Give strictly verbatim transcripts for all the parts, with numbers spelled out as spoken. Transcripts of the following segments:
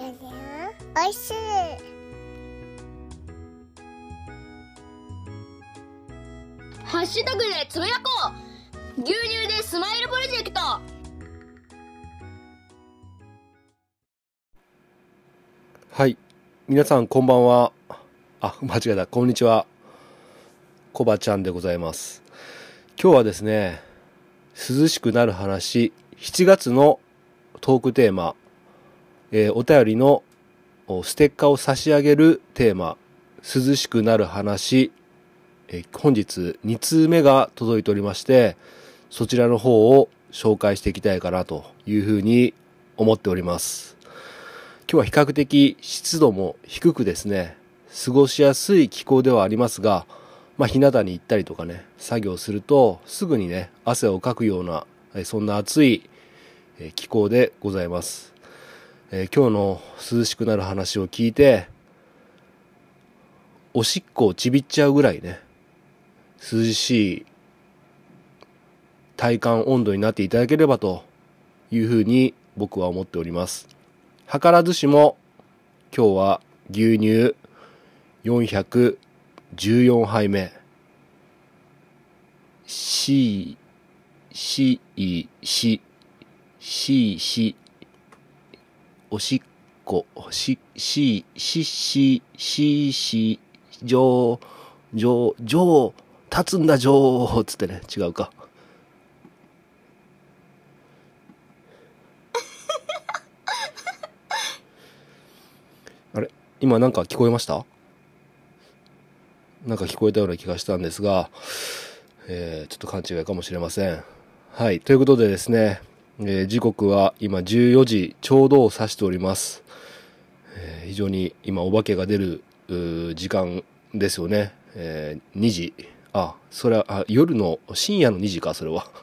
おいしい。 ハッシュタグでつぶやこう。牛乳でスマイルプロジェクト。 はい、皆さんこんばんは。あ、間違えた。こんにちは。コバちゃんでございます。今日はですね、涼しくなる話、しちがつのトークテーマ、えー、お便りのステッカーを差し上げるテーマ、涼しくなる話、えー、本日に通目が届いておりまして、そちらの方を紹介していきたいかなというふうに思っております。今日は比較的湿度も低くですね、過ごしやすい気候ではありますが、まあ日向に行ったりとかね、作業するとすぐにね、汗をかくような、そんな暑い気候でございます。えー、今日の涼しくなる話を聞いて、おしっこをちびっちゃうぐらいね、涼しい体感温度になっていただければというふうに僕は思っております。図らずしも今日は牛乳よんひゃくじゅうよんはいめ、C、C、C、C、C、おしっこ、し、し、し、し、し、し、じょう、じょう、じょう、立つんだじょう、つってね、違うか。あれ今なんか聞こえました？なんか聞こえたような気がしたんですが、えー、ちょっと勘違いかもしれません。はい。ということでですね、えー、時刻は今じゅうよじちょうどを指しております。えー、非常に今お化けが出る時間ですよね。えー、にじ。あ、それは、あ、夜の深夜のにじか、それは。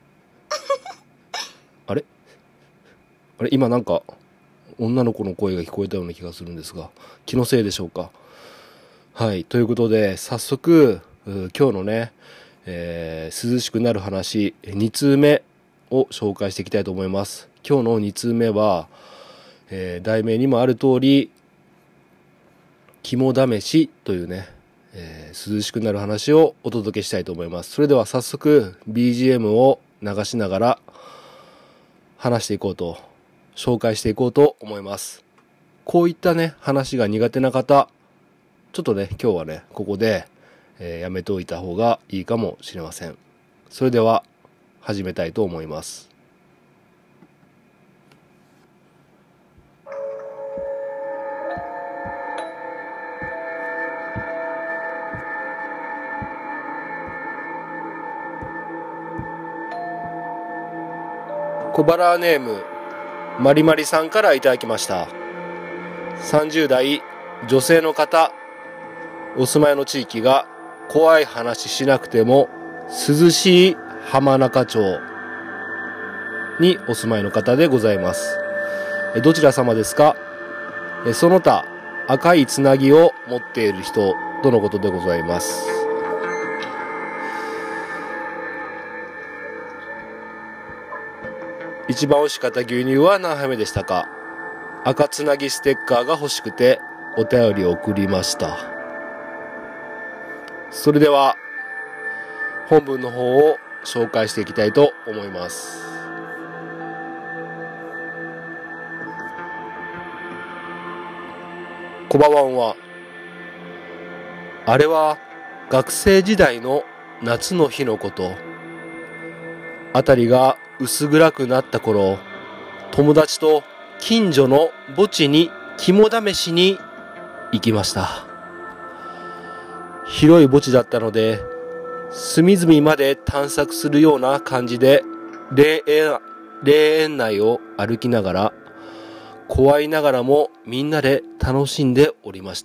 あれあれ今なんか、女の子の声が聞こえたような気がするんですが、気のせいでしょうか。はい。ということで、早速、今日のね、えー、涼しくなる話、に通目を紹介していきたいと思います。今日のに通目は、えー、題名にもある通り、肝試しというね、えー、涼しくなる話をお届けしたいと思います。それでは早速、ビージーエム を流しながら話していこうと、紹介していこうと思います。こういったね、話が苦手な方、ちょっとね、今日はね、ここで、えー、やめておいた方がいいかもしれません。それでは、始めたいと思います。小腹ネーム、まりまりさんからいただきました。さんじゅう代女性の方、お住まいの地域が怖い話しなくても涼しい浜中町にお住まいの方でございます。どちら様ですか？その他赤いつなぎを持っている人とのことでございます。一番美味しかった牛乳は何杯目でしたか？赤つなぎステッカーが欲しくてお便りを送りました。それでは本文の方を紹介していきたいと思います。コバワンは、あれは学生時代の夏の日のこと。あたりが薄暗くなった頃、友達と近所の墓地に肝試しに行きました。広い墓地だったので、隅々まで探索するような感じで、霊園、霊園内を歩きながら、怖いながらもみんなで楽しんでおりました。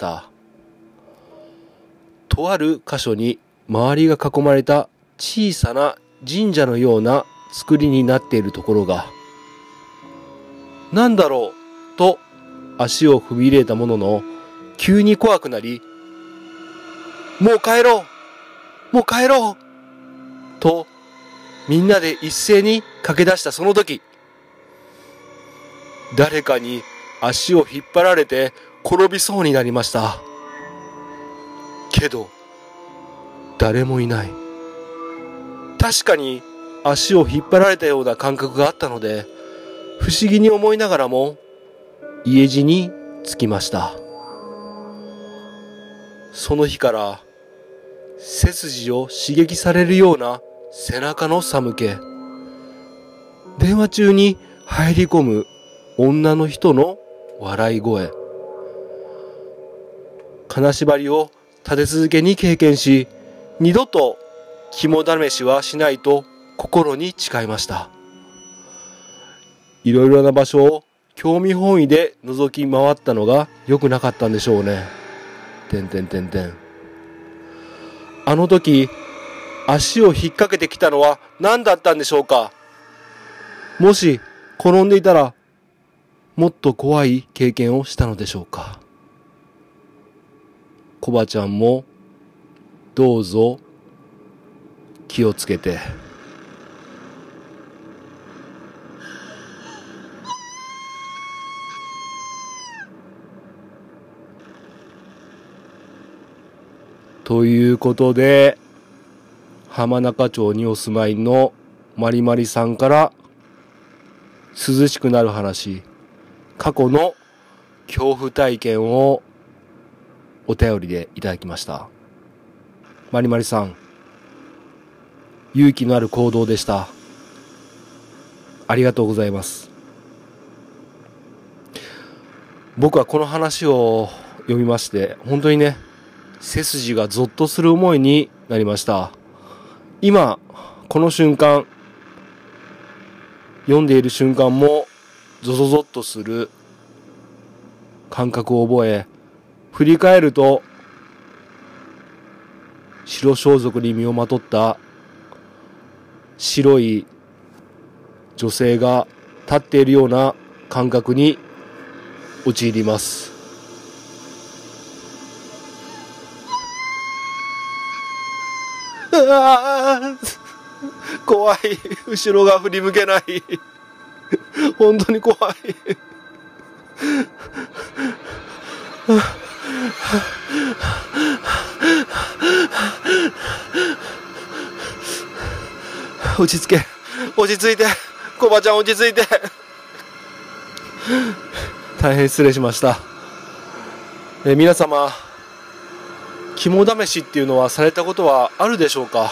とある箇所に周りが囲まれた小さな神社のような作りになっているところが、なんだろうと足を踏み入れたものの、急に怖くなり、もう帰ろうもう帰ろうとみんなで一斉に駆け出したその時、誰かに足を引っ張られて転びそうになりました。けど、誰もいない。確かに足を引っ張られたような感覚があったので、不思議に思いながらも家路に着きました。その日から背筋を刺激されるような背中の寒気、電話中に入り込む女の人の笑い声、金縛りを立て続けに経験し、二度と肝試しはしないと心に誓いました。いろいろな場所を興味本位で覗き回ったのが良くなかったんでしょうね。てんてんてんてん。あの時、足を引っ掛けてきたのは何だったんでしょうか。もし転んでいたら、もっと怖い経験をしたのでしょうか。コバちゃんもどうぞ気をつけて。ということで、浜中町にお住まいのまりまりさんから涼しくなる話、過去の恐怖体験をお便りでいただきました。まりまりさん、勇気のある行動でした。ありがとうございます。僕はこの話を読みまして、本当にね、背筋がゾッとする思いになりました。今、この瞬間、読んでいる瞬間もゾゾゾッとする感覚を覚え、振り返ると白装束に身をまとった白い女性が立っているような感覚に陥ります。うわー、怖い。後ろが振り向けない。本当に怖い。落ち着け、落ち着いて、コバちゃん落ち着いて。大変失礼しました。えー、皆様、肝試しっていうのはされたことはあるでしょうか。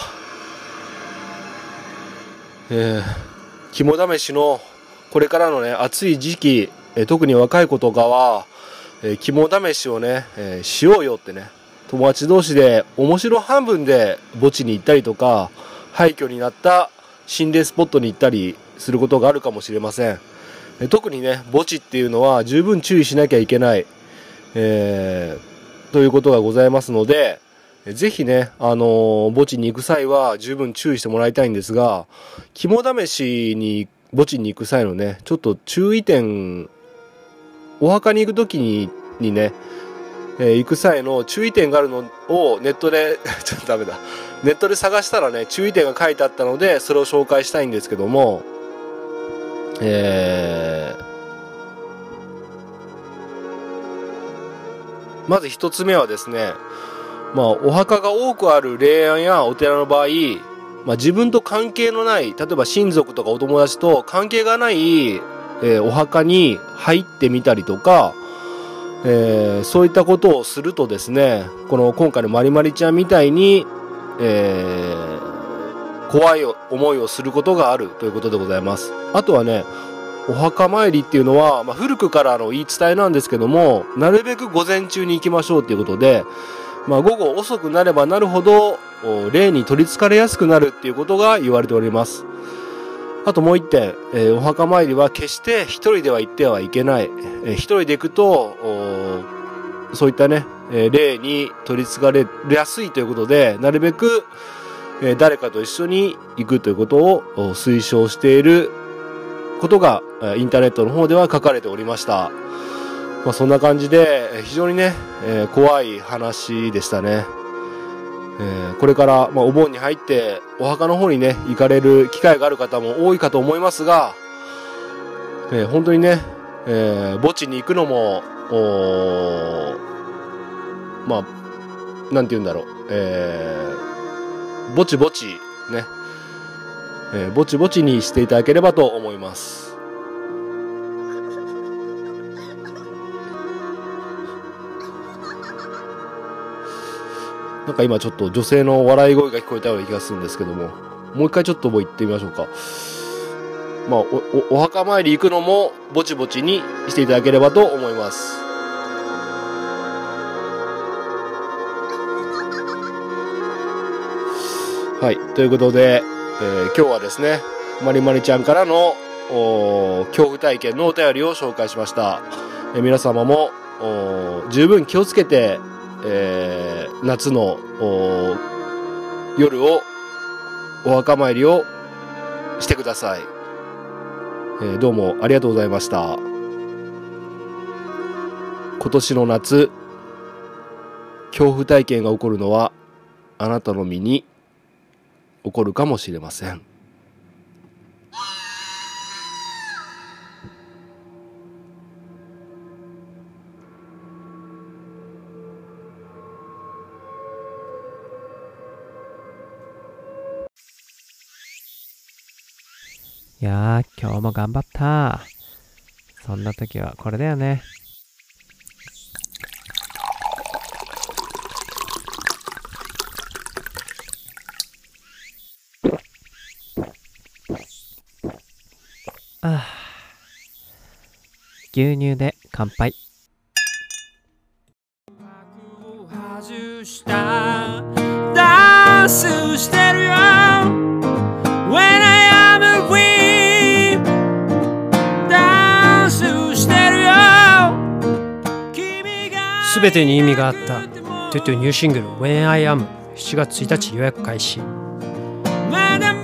えー、肝試しのこれからのね、暑い時期、えー、特に若い子とかは、えー、肝試しをね、えー、しようよってね、友達同士で面白半分で墓地に行ったりとか、廃墟になった心霊スポットに行ったりすることがあるかもしれません。えー、特にね、墓地っていうのは十分注意しなきゃいけない、えー、ということがございますので、ぜひね、あのー、墓地に行く際は十分注意してもらいたいんですが、肝試しに墓地に行く際のね、ちょっと注意点、お墓に行くときににね、えー、行く際の注意点があるのをネットでちょっとダメだネットで探したらね、注意点が書いてあったのでそれを紹介したいんですけども、えー、まず一つ目はですね、まあお墓が多くある霊園やお寺の場合、まあ、自分と関係のない、例えば親族とかお友達と関係がない、えー、お墓に入ってみたりとか、えー、そういったことをするとですね、この今回のまりまりちゃんみたいに、えー、怖い思いをすることがあるということでございます。あとはね、お墓参りっていうのは、まあ、古くからの言い伝えなんですけども、なるべく午前中に行きましょうということで、まあ、午後遅くなればなるほど霊に取り憑かれやすくなるっていうことが言われております。あともう一点、えー、お墓参りは決して一人では行ってはいけない。えー、一人で行くとそういったね、えー、霊に取り憑かれやすいということで、なるべく、えー、誰かと一緒に行くということを推奨していることがインターネットの方では書かれておりました。まあ、そんな感じで非常にね、えー、怖い話でしたね。えー、これから、まあ、お盆に入ってお墓の方にね行かれる機会がある方も多いかと思いますが、えー、本当にね、 えー墓地に行くのもおまあなんて言うんだろう、えー、ぼちぼちね、えー、ぼちぼちにしていただければと思います。なんか今ちょっと女性の笑い声が聞こえたような気がするんですけども、もう一回ちょっともう行ってみましょうか。まあ、お、お、お墓参り行くのもぼちぼちにしていただければと思います。はい、ということで、えー、今日はですね、まりまりちゃんからの恐怖体験のお便りを紹介しました。えー、皆様も十分気をつけて、えー、夏の夜をお墓参りをしてください。えー、どうもありがとうございました。今年の夏、恐怖体験が起こるのはあなたの身に起こるかもしれません。 いやー、今日も頑張った。そんな時はこれだよね。ああ、牛乳で乾杯。ダンスしてるよ。When I am free ダンスしてるよ。すべてに意味があった。トゥトゥニューシングル When I am しちがつついたち予約開始。まだ